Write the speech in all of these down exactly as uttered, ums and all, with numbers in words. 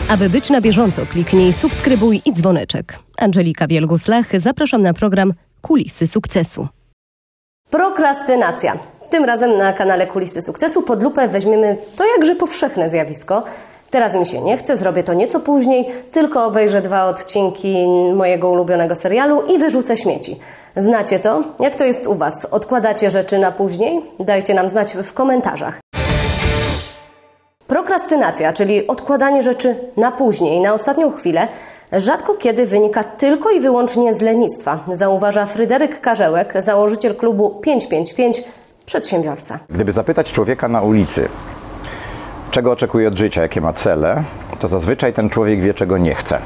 Aby być na bieżąco, kliknij subskrybuj i dzwoneczek. Angelika Wielgus-Lach, zapraszam na program Kulisy Sukcesu. Prokrastynacja. Tym razem na kanale Kulisy Sukcesu pod lupę weźmiemy to jakże powszechne zjawisko. Teraz mi się nie chce, zrobię to nieco później, tylko obejrzę dwa odcinki mojego ulubionego serialu i wyrzucę śmieci. Znacie to? Jak to jest u Was? Odkładacie rzeczy na później? Dajcie nam znać w komentarzach. Prokrastynacja, czyli odkładanie rzeczy na później, na ostatnią chwilę, rzadko kiedy wynika tylko i wyłącznie z lenistwa, zauważa Fryderyk Karzełek, założyciel klubu pięć pięć pięć, przedsiębiorca. Gdyby zapytać człowieka na ulicy, czego oczekuje od życia, jakie ma cele, to zazwyczaj ten człowiek wie, czego nie chce.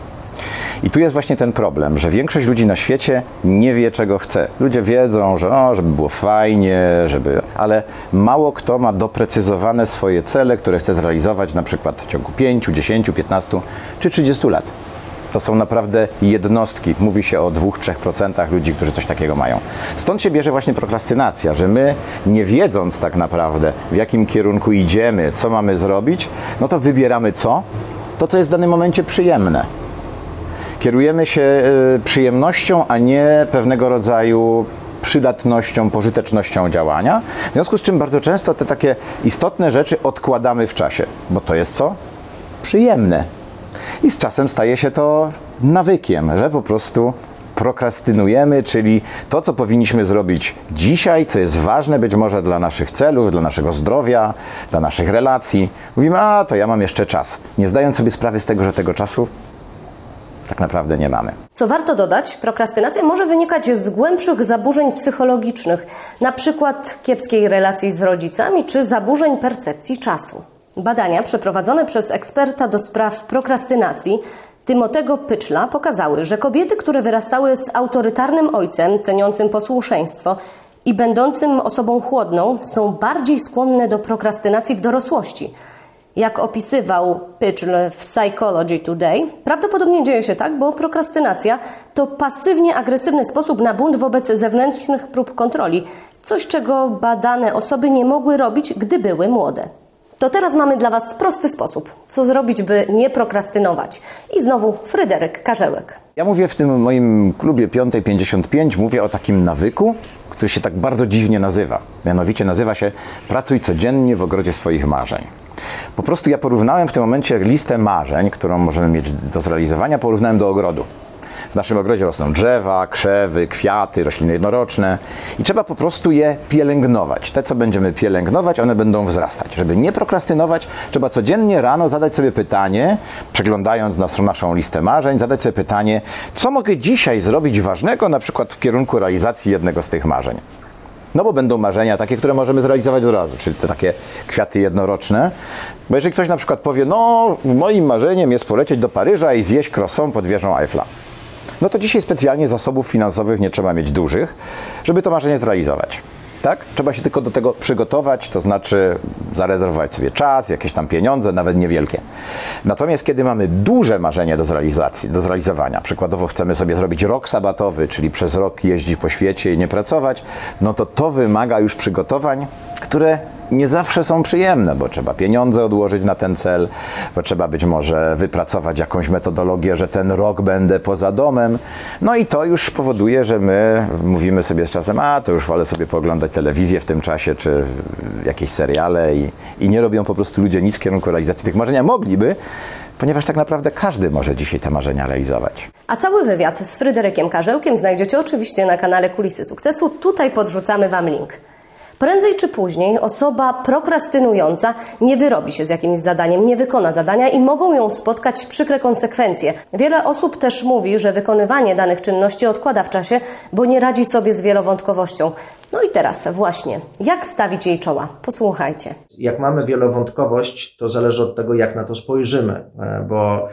I tu jest właśnie ten problem, że większość ludzi na świecie nie wie, czego chce. Ludzie wiedzą, że o, żeby było fajnie, żeby... ale mało kto ma doprecyzowane swoje cele, które chce zrealizować na przykład w ciągu pięciu, dziesięciu, piętnastu czy trzydziestu lat. To są naprawdę jednostki. Mówi się o dwóch, trzech procentach ludzi, którzy coś takiego mają. Stąd się bierze właśnie prokrastynacja, że my, nie wiedząc tak naprawdę, w jakim kierunku idziemy, co mamy zrobić, no to wybieramy co? To, co jest w danym momencie przyjemne. Kierujemy się y, przyjemnością, a nie pewnego rodzaju przydatnością, pożytecznością działania. W związku z czym bardzo często te takie istotne rzeczy odkładamy w czasie, bo to jest co? Przyjemne. I z czasem staje się to nawykiem, że po prostu prokrastynujemy, czyli to, co powinniśmy zrobić dzisiaj, co jest ważne być może dla naszych celów, dla naszego zdrowia, dla naszych relacji. Mówimy, a to ja mam jeszcze czas, nie zdając sobie sprawy z tego, że tego czasu tak naprawdę nie mamy. Co warto dodać, prokrastynacja może wynikać z głębszych zaburzeń psychologicznych, na przykład kiepskiej relacji z rodzicami czy zaburzeń percepcji czasu. Badania przeprowadzone przez eksperta do spraw prokrastynacji Timotego Pytchla pokazały, że kobiety, które wyrastały z autorytarnym ojcem, ceniącym posłuszeństwo i będącym osobą chłodną, są bardziej skłonne do prokrastynacji w dorosłości. Jak opisywał Pytchl w Psychology Today, prawdopodobnie dzieje się tak, bo prokrastynacja to pasywnie agresywny sposób na bunt wobec zewnętrznych prób kontroli, coś czego badane osoby nie mogły robić, gdy były młode. To teraz mamy dla Was prosty sposób, co zrobić, by nie prokrastynować. I znowu Fryderyk Karzełek. Ja mówię w tym moim klubie piątej pięćdziesiąt pięć, mówię o takim nawyku, który się tak bardzo dziwnie nazywa. Mianowicie nazywa się pracuj codziennie w ogrodzie swoich marzeń. Po prostu ja porównałem w tym momencie listę marzeń, którą możemy mieć do zrealizowania, porównałem do ogrodu. W naszym ogrodzie rosną drzewa, krzewy, kwiaty, rośliny jednoroczne i trzeba po prostu je pielęgnować. Te, co będziemy pielęgnować, one będą wzrastać. Żeby nie prokrastynować, trzeba codziennie rano zadać sobie pytanie, przeglądając nas, naszą listę marzeń, zadać sobie pytanie, co mogę dzisiaj zrobić ważnego, na przykład w kierunku realizacji jednego z tych marzeń. No bo będą marzenia takie, które możemy zrealizować od razu, czyli te takie kwiaty jednoroczne. Bo jeżeli ktoś na przykład powie, no moim marzeniem jest polecieć do Paryża i zjeść croissant pod wieżą Eiffla. No to dzisiaj specjalnie zasobów finansowych nie trzeba mieć dużych, żeby to marzenie zrealizować. Tak? Trzeba się tylko do tego przygotować, to znaczy zarezerwować sobie czas, jakieś tam pieniądze, nawet niewielkie. Natomiast kiedy mamy duże marzenie do zrealizacji, do zrealizowania, przykładowo chcemy sobie zrobić rok sabatowy, czyli przez rok jeździć po świecie i nie pracować, no to to wymaga już przygotowań, które nie zawsze są przyjemne, bo trzeba pieniądze odłożyć na ten cel, bo trzeba być może wypracować jakąś metodologię, że ten rok będę poza domem. No i to już powoduje, że my mówimy sobie z czasem, a to już wolę sobie pooglądać telewizję w tym czasie, czy jakieś seriale i, i nie robią po prostu ludzie nic w kierunku realizacji tych marzeń, a mogliby, ponieważ tak naprawdę każdy może dzisiaj te marzenia realizować. A cały wywiad z Fryderykiem Karzełkiem znajdziecie oczywiście na kanale Kulisy Sukcesu. Tutaj podrzucamy Wam link. Prędzej czy później osoba prokrastynująca nie wyrobi się z jakimś zadaniem, nie wykona zadania i mogą ją spotkać przykre konsekwencje. Wiele osób też mówi, że wykonywanie danych czynności odkłada w czasie, bo nie radzi sobie z wielowątkowością. No i teraz właśnie, jak stawić jej czoła? Posłuchajcie. Jak mamy wielowątkowość, to zależy od tego, jak na to spojrzymy, bo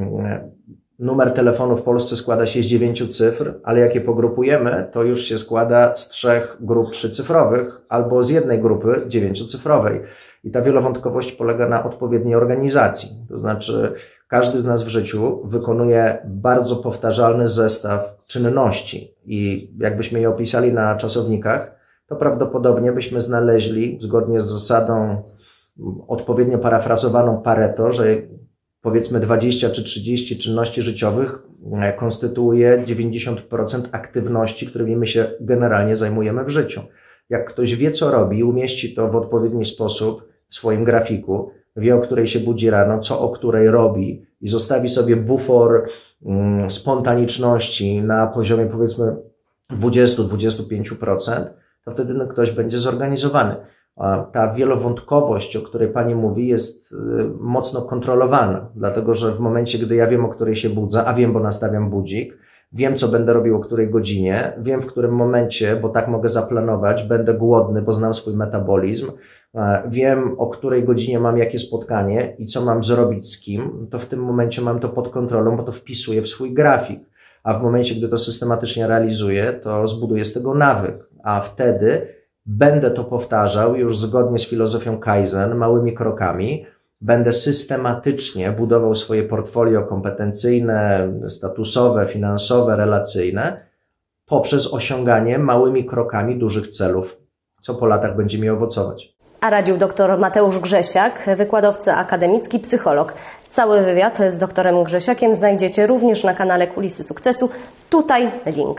numer telefonu w Polsce składa się z dziewięciu cyfr, ale jak je pogrupujemy, to już się składa z trzech grup trzycyfrowych albo z jednej grupy dziewięciocyfrowej. I ta wielowątkowość polega na odpowiedniej organizacji. To znaczy każdy z nas w życiu wykonuje bardzo powtarzalny zestaw czynności i jakbyśmy je opisali na czasownikach, to prawdopodobnie byśmy znaleźli zgodnie z zasadą odpowiednio parafrazowaną Pareto, że powiedzmy dwadzieścia czy trzydzieści czynności życiowych konstytuuje dziewięćdziesiąt procent aktywności, którymi my się generalnie zajmujemy w życiu. Jak ktoś wie, co robi, umieści to w odpowiedni sposób w swoim grafiku, wie, o której się budzi rano, co o której robi i zostawi sobie bufor mm, spontaniczności na poziomie powiedzmy dwadzieścia do dwudziestu pięciu procent, to wtedy no, ktoś będzie zorganizowany. A ta wielowątkowość, o której Pani mówi, jest y, mocno kontrolowana, dlatego że w momencie, gdy ja wiem, o której się budzę, a wiem, bo nastawiam budzik, wiem, co będę robił o której godzinie, wiem, w którym momencie, bo tak mogę zaplanować, będę głodny, bo znam swój metabolizm, wiem, o której godzinie mam jakie spotkanie i co mam zrobić z kim, to w tym momencie mam to pod kontrolą, bo to wpisuję w swój grafik. A w momencie, gdy to systematycznie realizuję, to zbuduję z tego nawyk, a wtedy będę to powtarzał już zgodnie z filozofią Kaizen, małymi krokami, będę systematycznie budował swoje portfolio kompetencyjne, statusowe, finansowe, relacyjne poprzez osiąganie małymi krokami dużych celów, co po latach będzie mi owocować. A radził dr Mateusz Grzesiak, wykładowca akademicki, psycholog. Cały wywiad z doktorem Grzesiakiem znajdziecie również na kanale Kulisy Sukcesu. Tutaj link.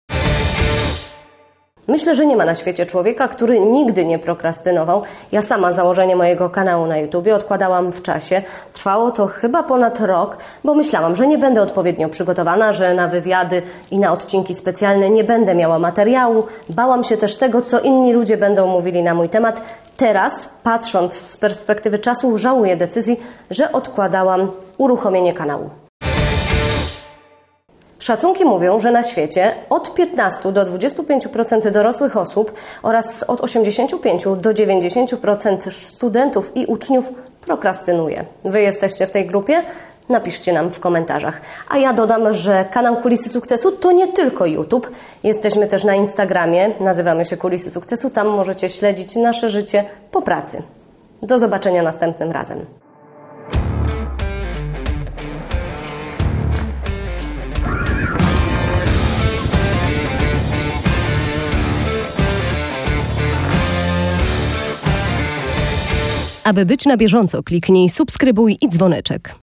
Myślę, że nie ma na świecie człowieka, który nigdy nie prokrastynował. Ja sama założenie mojego kanału na YouTubie odkładałam w czasie. Trwało to chyba ponad rok, bo myślałam, że nie będę odpowiednio przygotowana, że na wywiady i na odcinki specjalne nie będę miała materiału. Bałam się też tego, co inni ludzie będą mówili na mój temat. Teraz, patrząc z perspektywy czasu, żałuję decyzji, że odkładałam uruchomienie kanału. Szacunki mówią, że na świecie od piętnastu do dwudziestu pięciu procent dorosłych osób oraz od osiemdziesięciu pięciu do dziewięćdziesięciu procent studentów i uczniów prokrastynuje. Wy jesteście w tej grupie? Napiszcie nam w komentarzach. A ja dodam, że kanał Kulisy Sukcesu to nie tylko YouTube. Jesteśmy też na Instagramie, nazywamy się Kulisy Sukcesu. Tam możecie śledzić nasze życie po pracy. Do zobaczenia następnym razem. Aby być na bieżąco, kliknij subskrybuj i dzwoneczek.